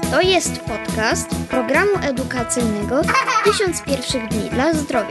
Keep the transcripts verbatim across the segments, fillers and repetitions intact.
To jest podcast programu edukacyjnego tysiąc pierwszych dni dla zdrowia.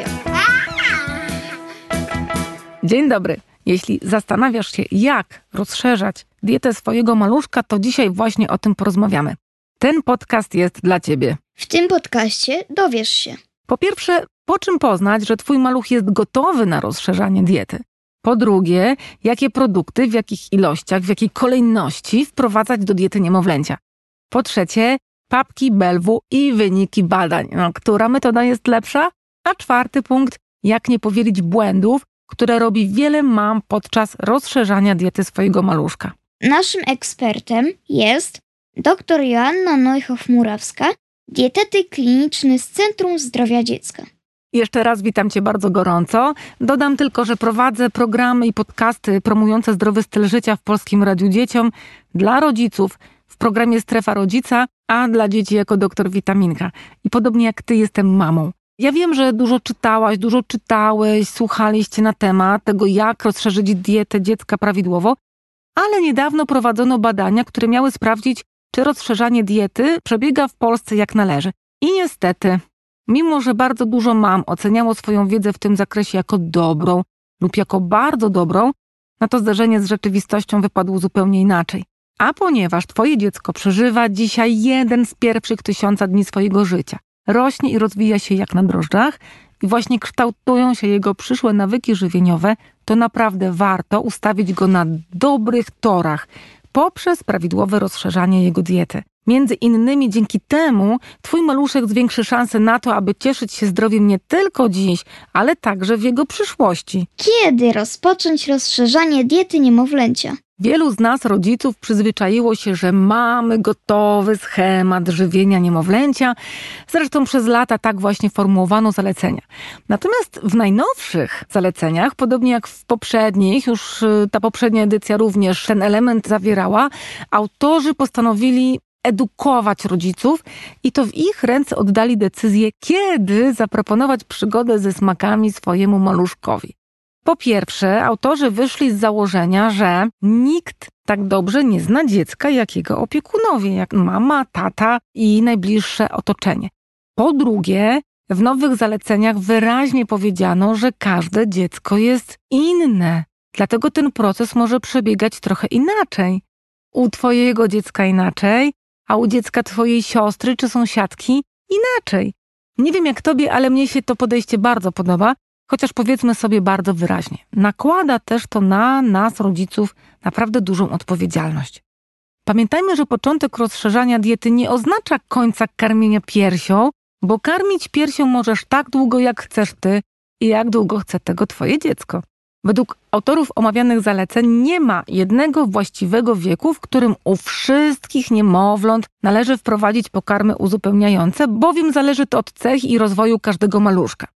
Dzień dobry. Jeśli zastanawiasz się, jak rozszerzać dietę swojego maluszka, to dzisiaj właśnie o tym porozmawiamy. Ten podcast jest dla Ciebie. W tym podcaście dowiesz się: Po pierwsze, po czym poznać, że Twój maluch jest gotowy na rozszerzanie diety? Po drugie, jakie produkty, w jakich ilościach, w jakiej kolejności wprowadzać do diety niemowlęcia? Po trzecie, papki B L W i wyniki badań. No, która metoda jest lepsza? A czwarty punkt, jak nie powielić błędów, które robi wiele mam podczas rozszerzania diety swojego maluszka. Naszym ekspertem jest dr Joanna Neuhoff-Murawska, dietetyk kliniczny z Centrum Zdrowia Dziecka. Jeszcze raz witam Cię bardzo gorąco. Dodam tylko, że prowadzę programy i podcasty promujące zdrowy styl życia w Polskim Radiu Dzieciom dla rodziców w programie Strefa Rodzica, a dla dzieci jako doktor Witaminka. I podobnie jak Ty, jestem mamą. Ja wiem, że dużo czytałaś, dużo czytałeś, słuchaliście na temat tego, jak rozszerzyć dietę dziecka prawidłowo, ale niedawno prowadzono badania, które miały sprawdzić, czy rozszerzanie diety przebiega w Polsce jak należy. I niestety, mimo że bardzo dużo mam oceniało swoją wiedzę w tym zakresie jako dobrą lub jako bardzo dobrą, no to zderzenie z rzeczywistością wypadło zupełnie inaczej. A ponieważ Twoje dziecko przeżywa dzisiaj jeden z pierwszych tysiąca dni swojego życia, rośnie i rozwija się jak na drożdżach i właśnie kształtują się jego przyszłe nawyki żywieniowe, to naprawdę warto ustawić go na dobrych torach poprzez prawidłowe rozszerzanie jego diety. Między innymi dzięki temu Twój maluszek zwiększy szanse na to, aby cieszyć się zdrowiem nie tylko dziś, ale także w jego przyszłości. Kiedy rozpocząć rozszerzanie diety niemowlęcia? Wielu z nas, rodziców, przyzwyczaiło się, że mamy gotowy schemat żywienia niemowlęcia. Zresztą przez lata tak właśnie formułowano zalecenia. Natomiast w najnowszych zaleceniach, podobnie jak w poprzednich, już ta poprzednia edycja również ten element zawierała, autorzy postanowili edukować rodziców i to w ich ręce oddali decyzję, kiedy zaproponować przygodę ze smakami swojemu maluszkowi. Po pierwsze, autorzy wyszli z założenia, że nikt tak dobrze nie zna dziecka jak jego opiekunowie, jak mama, tata i najbliższe otoczenie. Po drugie, w nowych zaleceniach wyraźnie powiedziano, że każde dziecko jest inne, dlatego ten proces może przebiegać trochę inaczej. U Twojego dziecka inaczej, a u dziecka Twojej siostry czy sąsiadki inaczej. Nie wiem jak Tobie, ale mnie się to podejście bardzo podoba. Chociaż powiedzmy sobie bardzo wyraźnie, nakłada też to na nas, rodziców, naprawdę dużą odpowiedzialność. Pamiętajmy, że początek rozszerzania diety nie oznacza końca karmienia piersią, bo karmić piersią możesz tak długo, jak chcesz Ty i jak długo chce tego Twoje dziecko. Według autorów omawianych zaleceń nie ma jednego właściwego wieku, w którym u wszystkich niemowląt należy wprowadzić pokarmy uzupełniające, bowiem zależy to od cech i rozwoju każdego maluszka.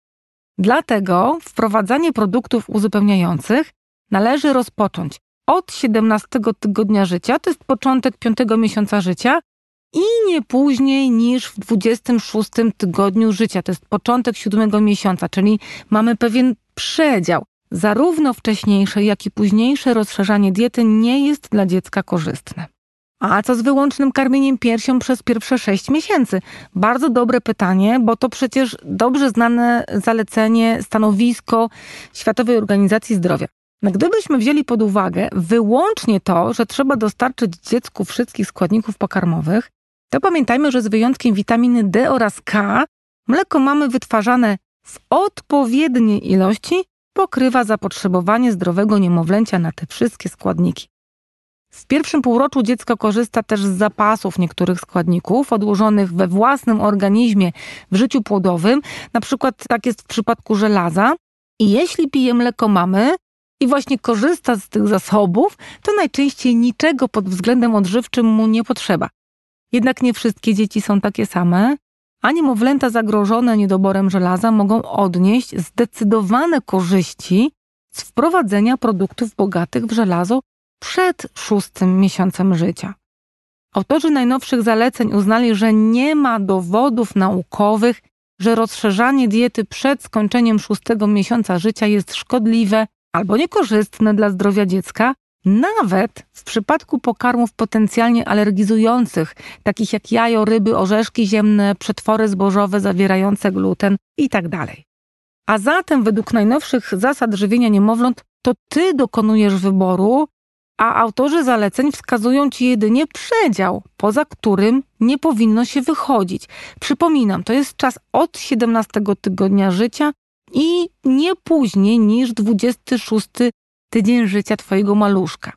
Dlatego wprowadzanie produktów uzupełniających należy rozpocząć od siedemnastego tygodnia życia, to jest początek piątego miesiąca życia i nie później niż w dwudziestym szóstym tygodniu życia, to jest początek siódmego miesiąca, czyli mamy pewien przedział. Zarówno wcześniejsze, jak i późniejsze rozszerzanie diety nie jest dla dziecka korzystne. A co z wyłącznym karmieniem piersią przez pierwsze sześć miesięcy? Bardzo dobre pytanie, bo to przecież dobrze znane zalecenie, stanowisko Światowej Organizacji Zdrowia. No gdybyśmy wzięli pod uwagę wyłącznie to, że trzeba dostarczyć dziecku wszystkich składników pokarmowych, to pamiętajmy, że z wyjątkiem witaminy D oraz K, mleko mamy wytwarzane w odpowiedniej ilości pokrywa zapotrzebowanie zdrowego niemowlęcia na te wszystkie składniki. W pierwszym półroczu dziecko korzysta też z zapasów niektórych składników odłożonych we własnym organizmie w życiu płodowym, na przykład tak jest w przypadku żelaza. I jeśli pije mleko mamy i właśnie korzysta z tych zasobów, to najczęściej niczego pod względem odżywczym mu nie potrzeba. Jednak nie wszystkie dzieci są takie same, a niemowlęta zagrożone niedoborem żelaza mogą odnieść zdecydowane korzyści z wprowadzenia produktów bogatych w żelazo przed szóstym miesiącem życia. Autorzy najnowszych zaleceń uznali, że nie ma dowodów naukowych, że rozszerzanie diety przed skończeniem szóstego miesiąca życia jest szkodliwe albo niekorzystne dla zdrowia dziecka, Nawet w przypadku pokarmów potencjalnie alergizujących, takich jak jajo, ryby, orzeszki ziemne, przetwory zbożowe zawierające gluten itd. A zatem według najnowszych zasad żywienia niemowląt to ty dokonujesz wyboru, a autorzy zaleceń wskazują ci jedynie przedział, poza którym nie powinno się wychodzić. Przypominam, to jest czas od siedemnastego tygodnia życia i nie później niż dwudziesty szósty tydzień życia twojego maluszka.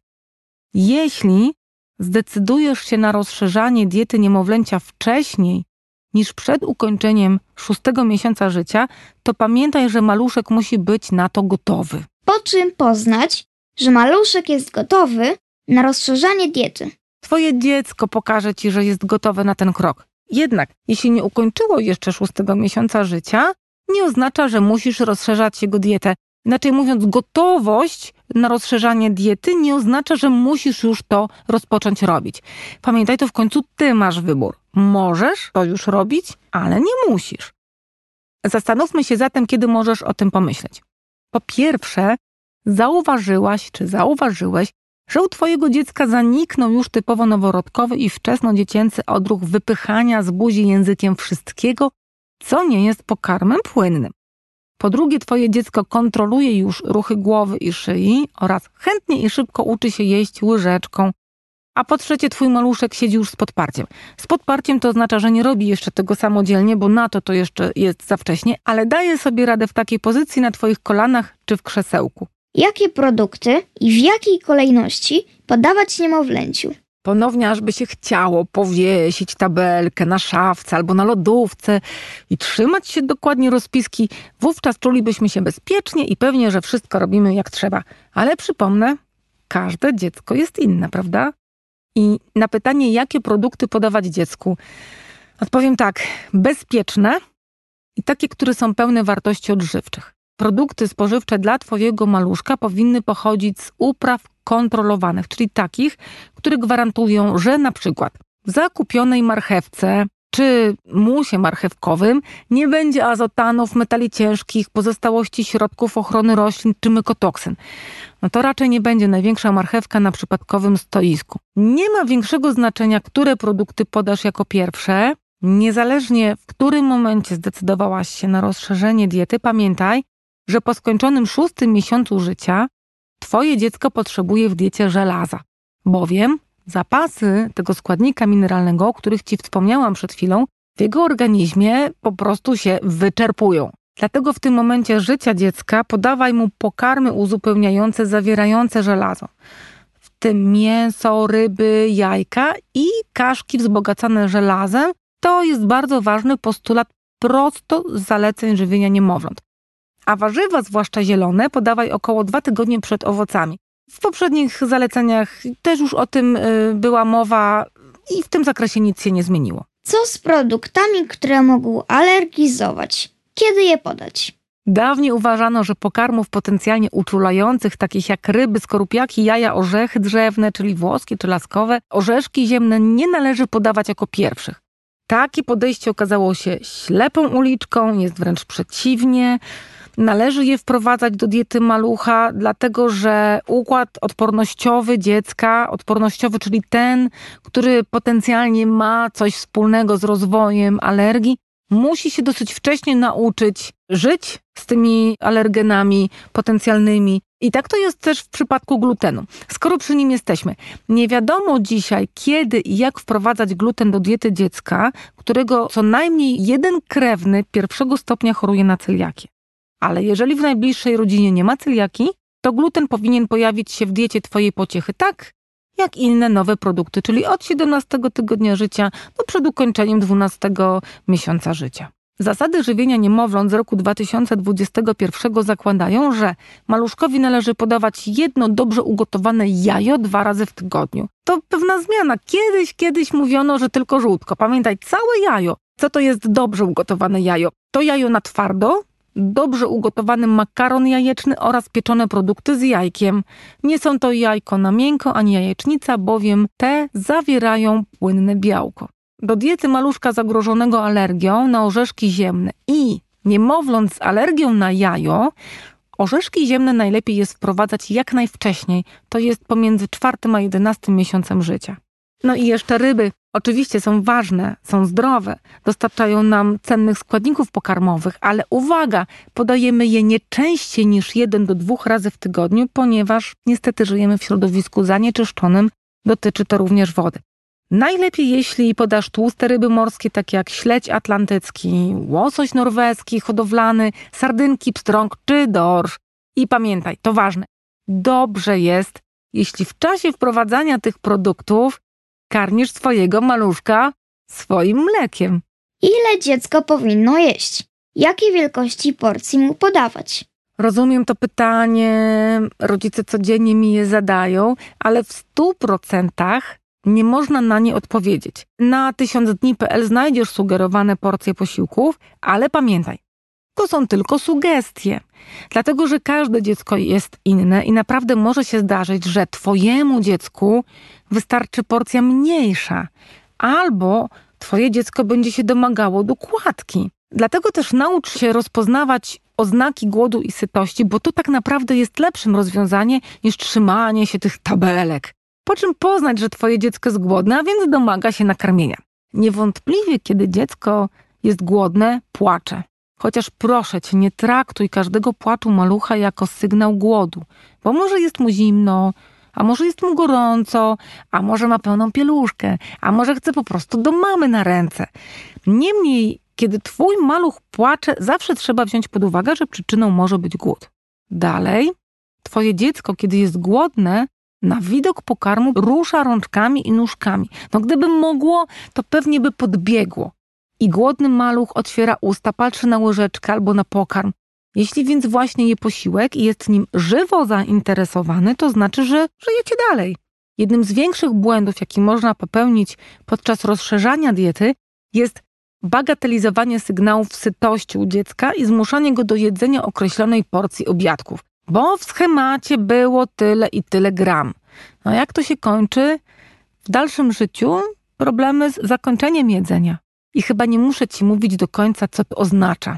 Jeśli zdecydujesz się na rozszerzanie diety niemowlęcia wcześniej niż przed ukończeniem szóstego miesiąca życia, to pamiętaj, że maluszek musi być na to gotowy. Po czym poznać, że maluszek jest gotowy na rozszerzanie diety? Twoje dziecko pokaże ci, że jest gotowe na ten krok. Jednak, jeśli nie ukończyło jeszcze szóstego miesiąca życia, nie oznacza, że musisz rozszerzać jego dietę. Inaczej mówiąc, gotowość na rozszerzanie diety nie oznacza, że musisz już to rozpocząć robić. Pamiętaj, to w końcu ty masz wybór. Możesz to już robić, ale nie musisz. Zastanówmy się zatem, kiedy możesz o tym pomyśleć. Po pierwsze, zauważyłaś czy zauważyłeś, że u twojego dziecka zaniknął już typowo noworodkowy i wczesnodziecięcy odruch wypychania z buzi językiem wszystkiego, co nie jest pokarmem płynnym. Po drugie, twoje dziecko kontroluje już ruchy głowy i szyi oraz chętnie i szybko uczy się jeść łyżeczką. A po trzecie, twój maluszek siedzi już z podparciem. Z podparciem to oznacza, że nie robi jeszcze tego samodzielnie, bo na to to jeszcze jest za wcześnie, ale daje sobie radę w takiej pozycji na twoich kolanach czy w krzesełku. Jakie produkty i w jakiej kolejności podawać niemowlęciu? Ponownie aż by się chciało powiesić tabelkę na szafce albo na lodówce i trzymać się dokładnie rozpiski. Wówczas czulibyśmy się bezpiecznie i pewnie, że wszystko robimy jak trzeba. Ale przypomnę, każde dziecko jest inne, prawda? I na pytanie, jakie produkty podawać dziecku, odpowiem tak, bezpieczne i takie, które są pełne wartości odżywczych. Produkty spożywcze dla twojego maluszka powinny pochodzić z upraw kontrolowanych, czyli takich, które gwarantują, że na przykład w zakupionej marchewce czy musie marchewkowym nie będzie azotanów, metali ciężkich, pozostałości środków ochrony roślin czy mykotoksyn. No to raczej nie będzie największa marchewka na przypadkowym stoisku. Nie ma większego znaczenia, które produkty podasz jako pierwsze. Niezależnie w którym momencie zdecydowałaś się na rozszerzenie diety, pamiętaj, że po skończonym szóstym miesiącu życia twoje dziecko potrzebuje w diecie żelaza, bowiem zapasy tego składnika mineralnego, o których ci wspomniałam przed chwilą, w jego organizmie po prostu się wyczerpują. Dlatego w tym momencie życia dziecka podawaj mu pokarmy uzupełniające zawierające żelazo, w tym mięso, ryby, jajka i kaszki wzbogacane żelazem. To jest bardzo ważny postulat prosto z zaleceń żywienia niemowląt. A warzywa, zwłaszcza zielone, podawaj około dwa tygodnie przed owocami. W poprzednich zaleceniach też już o tym była mowa i w tym zakresie nic się nie zmieniło. Co z produktami, które mogą alergizować? Kiedy je podać? Dawniej uważano, że pokarmów potencjalnie uczulających, takich jak ryby, skorupiaki, jaja, orzechy drzewne, czyli włoskie czy laskowe, orzeszki ziemne, nie należy podawać jako pierwszych. Takie podejście okazało się ślepą uliczką, jest wręcz przeciwnie. Należy je wprowadzać do diety malucha, dlatego że układ odpornościowy dziecka, odpornościowy, czyli ten, który potencjalnie ma coś wspólnego z rozwojem alergii, musi się dosyć wcześnie nauczyć żyć z tymi alergenami potencjalnymi. I tak to jest też w przypadku glutenu. Skoro przy nim jesteśmy, nie wiadomo dzisiaj, kiedy i jak wprowadzać gluten do diety dziecka, którego co najmniej jeden krewny pierwszego stopnia choruje na celiakię. Ale jeżeli w najbliższej rodzinie nie ma celiaki, to gluten powinien pojawić się w diecie twojej pociechy tak, jak inne nowe produkty, czyli od siedemnastego tygodnia życia do przed ukończeniem dwunastego miesiąca życia. Zasady żywienia niemowląt z roku dwa tysiące dwudziestego pierwszego zakładają, że maluszkowi należy podawać jedno dobrze ugotowane jajo dwa razy w tygodniu. To pewna zmiana. Kiedyś, kiedyś mówiono, że tylko żółtko. Pamiętaj, całe jajo. Co to jest dobrze ugotowane jajo? To jajo na twardo, dobrze ugotowany makaron jajeczny oraz pieczone produkty z jajkiem. Nie są to jajko na miękko ani jajecznica, bowiem te zawierają płynne białko. Do diety maluszka zagrożonego alergią na orzeszki ziemne i niemowląt z alergią na jajo Orzeszki ziemne najlepiej jest wprowadzać jak najwcześniej, to jest pomiędzy czwartym a jedenastym miesiącem życia. No i jeszcze ryby. Oczywiście są ważne, są zdrowe, dostarczają nam cennych składników pokarmowych, ale uwaga, podajemy je nie częściej niż jeden do dwóch razy w tygodniu, ponieważ niestety żyjemy w środowisku zanieczyszczonym, dotyczy to również wody. Najlepiej, jeśli podasz tłuste ryby morskie, takie jak śledź atlantycki, łosoś norweski, hodowlany, sardynki, pstrąg czy dorsz. I pamiętaj, to ważne, dobrze jest, jeśli w czasie wprowadzania tych produktów karmisz swojego maluszka swoim mlekiem. Ile dziecko powinno jeść? Jakiej wielkości porcji mu podawać? Rozumiem to pytanie, rodzice codziennie mi je zadają, ale w stu procentach nie można na nie odpowiedzieć. Na tysiąc dni kropka p l znajdziesz sugerowane porcje posiłków, ale pamiętaj, to są tylko sugestie, dlatego że każde dziecko jest inne i naprawdę może się zdarzyć, że twojemu dziecku wystarczy porcja mniejsza, albo twoje dziecko będzie się domagało dokładki. Dlatego też naucz się rozpoznawać oznaki głodu i sytości, bo to tak naprawdę jest lepszym rozwiązaniem niż trzymanie się tych tabelek. Po czym poznać, że twoje dziecko jest głodne, a więc domaga się nakarmienia. Niewątpliwie, kiedy dziecko jest głodne, płacze. Chociaż proszę cię, nie traktuj każdego płaczu malucha jako sygnał głodu, bo może jest mu zimno, a może jest mu gorąco, a może ma pełną pieluszkę, a może chce po prostu do mamy na ręce. Niemniej, kiedy twój maluch płacze, zawsze trzeba wziąć pod uwagę, że przyczyną może być głód. Dalej, twoje dziecko, kiedy jest głodne, na widok pokarmu rusza rączkami i nóżkami. No gdyby mogło, to pewnie by podbiegło. I głodny maluch otwiera usta, patrzy na łyżeczkę albo na pokarm. Jeśli więc właśnie je posiłek i jest nim żywo zainteresowany, to znaczy, że żyjecie dalej. Jednym z większych błędów, jaki można popełnić podczas rozszerzania diety, jest bagatelizowanie sygnałów sytości u dziecka i zmuszanie go do jedzenia określonej porcji obiadków. Bo w schemacie było tyle i tyle gram. No jak to się kończy? W dalszym życiu problemy z zakończeniem jedzenia. I chyba nie muszę ci mówić do końca, co to oznacza.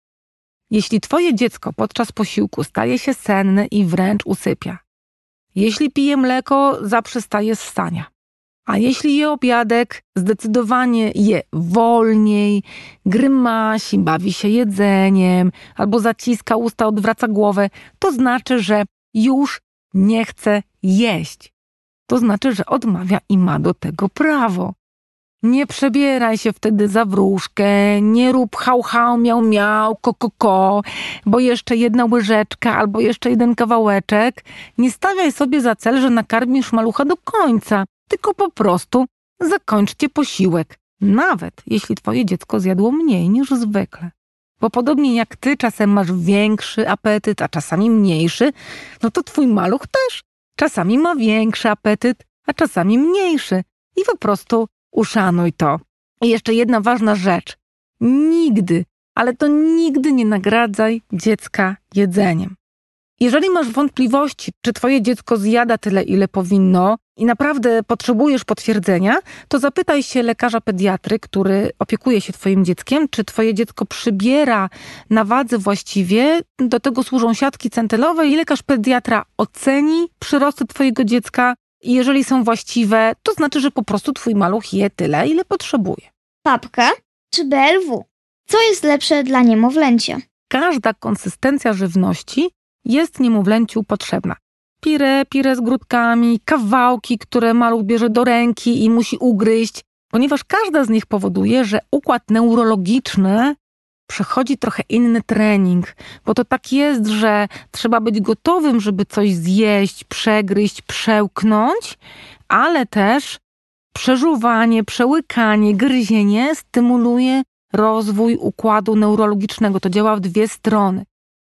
Jeśli twoje dziecko podczas posiłku staje się senne i wręcz usypia, jeśli pije mleko, zaprzestaje ssania, a jeśli je obiadek, zdecydowanie je wolniej, grymasi, bawi się jedzeniem albo zaciska usta, odwraca głowę, to znaczy, że już nie chce jeść. To znaczy, że odmawia i ma do tego prawo. Nie przebieraj się wtedy za wróżkę, nie rób hał, hał, miał, miał, ko, ko, ko, bo jeszcze jedna łyżeczka albo jeszcze jeden kawałeczek. Nie stawiaj sobie za cel, że nakarmisz malucha do końca, tylko po prostu zakończcie posiłek, nawet jeśli twoje dziecko zjadło mniej niż zwykle. Bo podobnie jak ty czasem masz większy apetyt, a czasami mniejszy, no to twój maluch też czasami ma większy apetyt, a czasami mniejszy. I po prostu uszanuj to. I jeszcze jedna ważna rzecz. Nigdy, ale to nigdy nie nagradzaj dziecka jedzeniem. Jeżeli masz wątpliwości, czy twoje dziecko zjada tyle, ile powinno i naprawdę potrzebujesz potwierdzenia, to zapytaj się lekarza pediatry, który opiekuje się twoim dzieckiem, czy twoje dziecko przybiera na wadze właściwie. Do tego służą siatki centylowe i lekarz pediatra oceni przyrosty twojego dziecka i jeżeli są właściwe, to znaczy, że po prostu twój maluch je tyle, ile potrzebuje. Papka czy B L W? Co jest lepsze dla niemowlęcia? Każda konsystencja żywności jest niemowlęciu potrzebna. Pire, pire z grudkami, kawałki, które maluch bierze do ręki i musi ugryźć, ponieważ każda z nich powoduje, że układ neurologiczny przechodzi trochę inny trening, bo to tak jest, że trzeba być gotowym, żeby coś zjeść, przegryźć, przełknąć, ale też przeżuwanie, przełykanie, gryzienie stymuluje rozwój układu neurologicznego. To działa w dwie strony.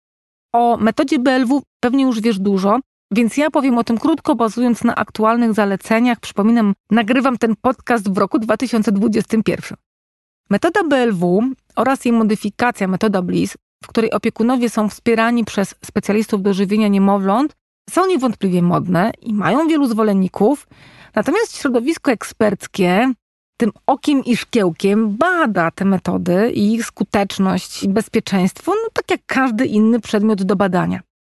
O metodzie B L W pewnie już wiesz dużo, więc ja powiem o tym krótko, bazując na aktualnych zaleceniach. Przypominam, nagrywam ten podcast w roku dwa tysiące dwudziestym pierwszym. Metoda B L W oraz jej modyfikacja, metoda Bliss, w której opiekunowie są wspierani przez specjalistów do żywienia niemowląt, są niewątpliwie modne i mają wielu zwolenników, natomiast środowisko eksperckie tym okiem i szkiełkiem bada te metody i ich skuteczność i bezpieczeństwo, no tak jak każdy inny przedmiot do badania.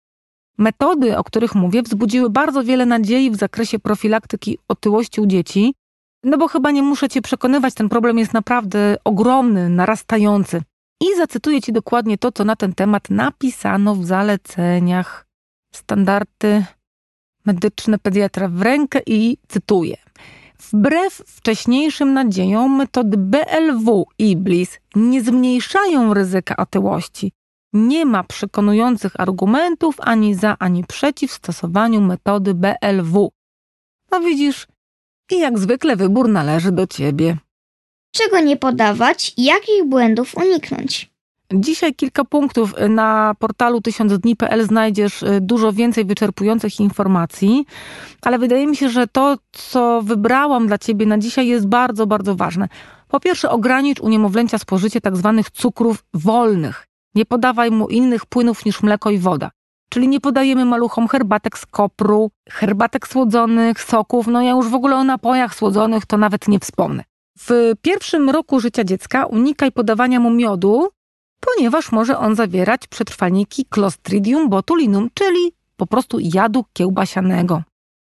Metody, o których mówię, wzbudziły bardzo wiele nadziei w zakresie profilaktyki otyłości u dzieci, no bo chyba nie muszę cię przekonywać, ten problem jest naprawdę ogromny, narastający. I zacytuję ci dokładnie to, co na ten temat napisano w zaleceniach. Standardy medyczne pediatra w rękę i cytuję. Wbrew wcześniejszym nadziejom metody B L W i B L I S nie zmniejszają ryzyka otyłości. Nie ma przekonujących argumentów ani za, ani przeciw stosowaniu metody B L W. No widzisz, i jak zwykle wybór należy do ciebie. Czego nie podawać i jakich błędów uniknąć? Dzisiaj kilka punktów. Na portalu tysiąc dni kropka p l znajdziesz dużo więcej wyczerpujących informacji, ale wydaje mi się, że to, co wybrałam dla ciebie na dzisiaj, jest bardzo, bardzo ważne. Po pierwsze, ogranicz u niemowlęcia spożycie tak zwanych cukrów wolnych. Nie podawaj mu innych płynów niż mleko i woda. Czyli nie podajemy maluchom herbatek z kopru, herbatek słodzonych, soków. No ja już w ogóle o napojach słodzonych to nawet nie wspomnę. W pierwszym roku życia dziecka unikaj podawania mu miodu, ponieważ może on zawierać przetrwalniki Clostridium botulinum, czyli po prostu jadu kiełbasianego.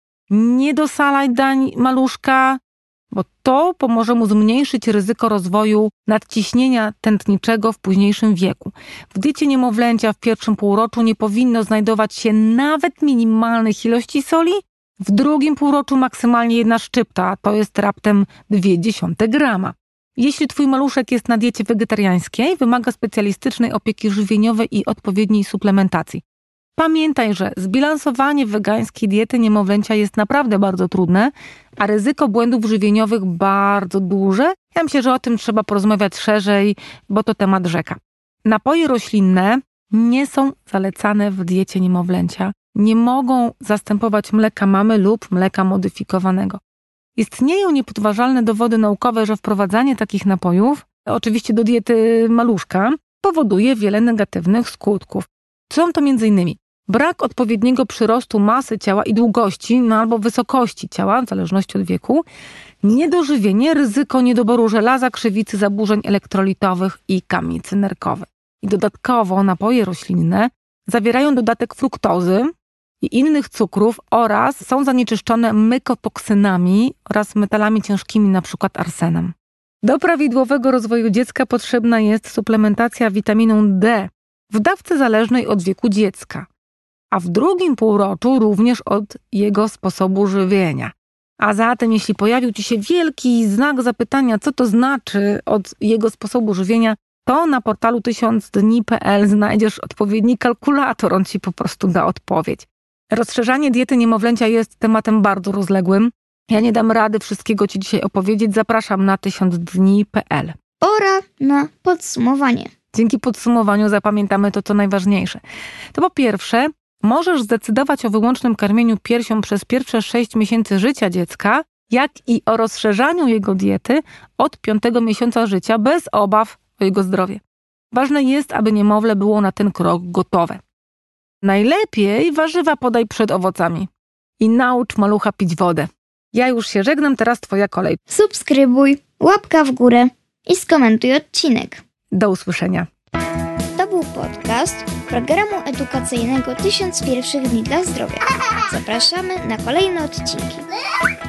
Nie dosalaj dań maluszka, bo to pomoże mu zmniejszyć ryzyko rozwoju nadciśnienia tętniczego w późniejszym wieku. W diecie niemowlęcia w pierwszym półroczu nie powinno znajdować się nawet minimalnych ilości soli, w drugim półroczu maksymalnie jedna szczypta, to jest raptem dwie dziesiąte grama. Jeśli twój maluszek jest na diecie wegetariańskiej, wymaga specjalistycznej opieki żywieniowej i odpowiedniej suplementacji. Pamiętaj, że zbilansowanie wegańskiej diety niemowlęcia jest naprawdę bardzo trudne, a ryzyko błędów żywieniowych bardzo duże. Ja myślę, że o tym trzeba porozmawiać szerzej, bo to temat rzeka. Napoje roślinne nie są zalecane w diecie niemowlęcia. Nie mogą zastępować mleka mamy lub mleka modyfikowanego. Istnieją niepodważalne dowody naukowe, że wprowadzanie takich napojów, oczywiście do diety maluszka, powoduje wiele negatywnych skutków. Są to między innymi brak odpowiedniego przyrostu masy ciała i długości, no albo wysokości ciała, w zależności od wieku, niedożywienie, ryzyko niedoboru żelaza, krzywicy, zaburzeń elektrolitowych i kamicy nerkowej. I dodatkowo napoje roślinne zawierają dodatek fruktozy i innych cukrów oraz są zanieczyszczone mykotoksynami oraz metalami ciężkimi, np. arsenem. Do prawidłowego rozwoju dziecka potrzebna jest suplementacja witaminą D w dawce zależnej od wieku dziecka, a w drugim półroczu również od jego sposobu żywienia. A zatem, jeśli pojawił ci się wielki znak zapytania, co to znaczy od jego sposobu żywienia, to na portalu tysiąc dni kropka p l znajdziesz odpowiedni kalkulator, on ci po prostu da odpowiedź. Rozszerzanie diety niemowlęcia jest tematem bardzo rozległym. Ja nie dam rady wszystkiego ci dzisiaj opowiedzieć. Zapraszam na tysiąc dni kropka p l. Pora na podsumowanie. Dzięki podsumowaniu zapamiętamy to, co najważniejsze. To po pierwsze, możesz zdecydować o wyłącznym karmieniu piersią przez pierwsze sześć miesięcy życia dziecka, jak i o rozszerzaniu jego diety od piątego miesiąca życia bez obaw o jego zdrowie. Ważne jest, aby niemowlę było na ten krok gotowe. Najlepiej warzywa podaj przed owocami i naucz malucha pić wodę. Ja już się żegnam, teraz twoja kolej. Subskrybuj, łapka w górę i skomentuj odcinek. Do usłyszenia. To był podcast programu edukacyjnego tysiąc pierwszych dni dla zdrowia. Zapraszamy na kolejne odcinki.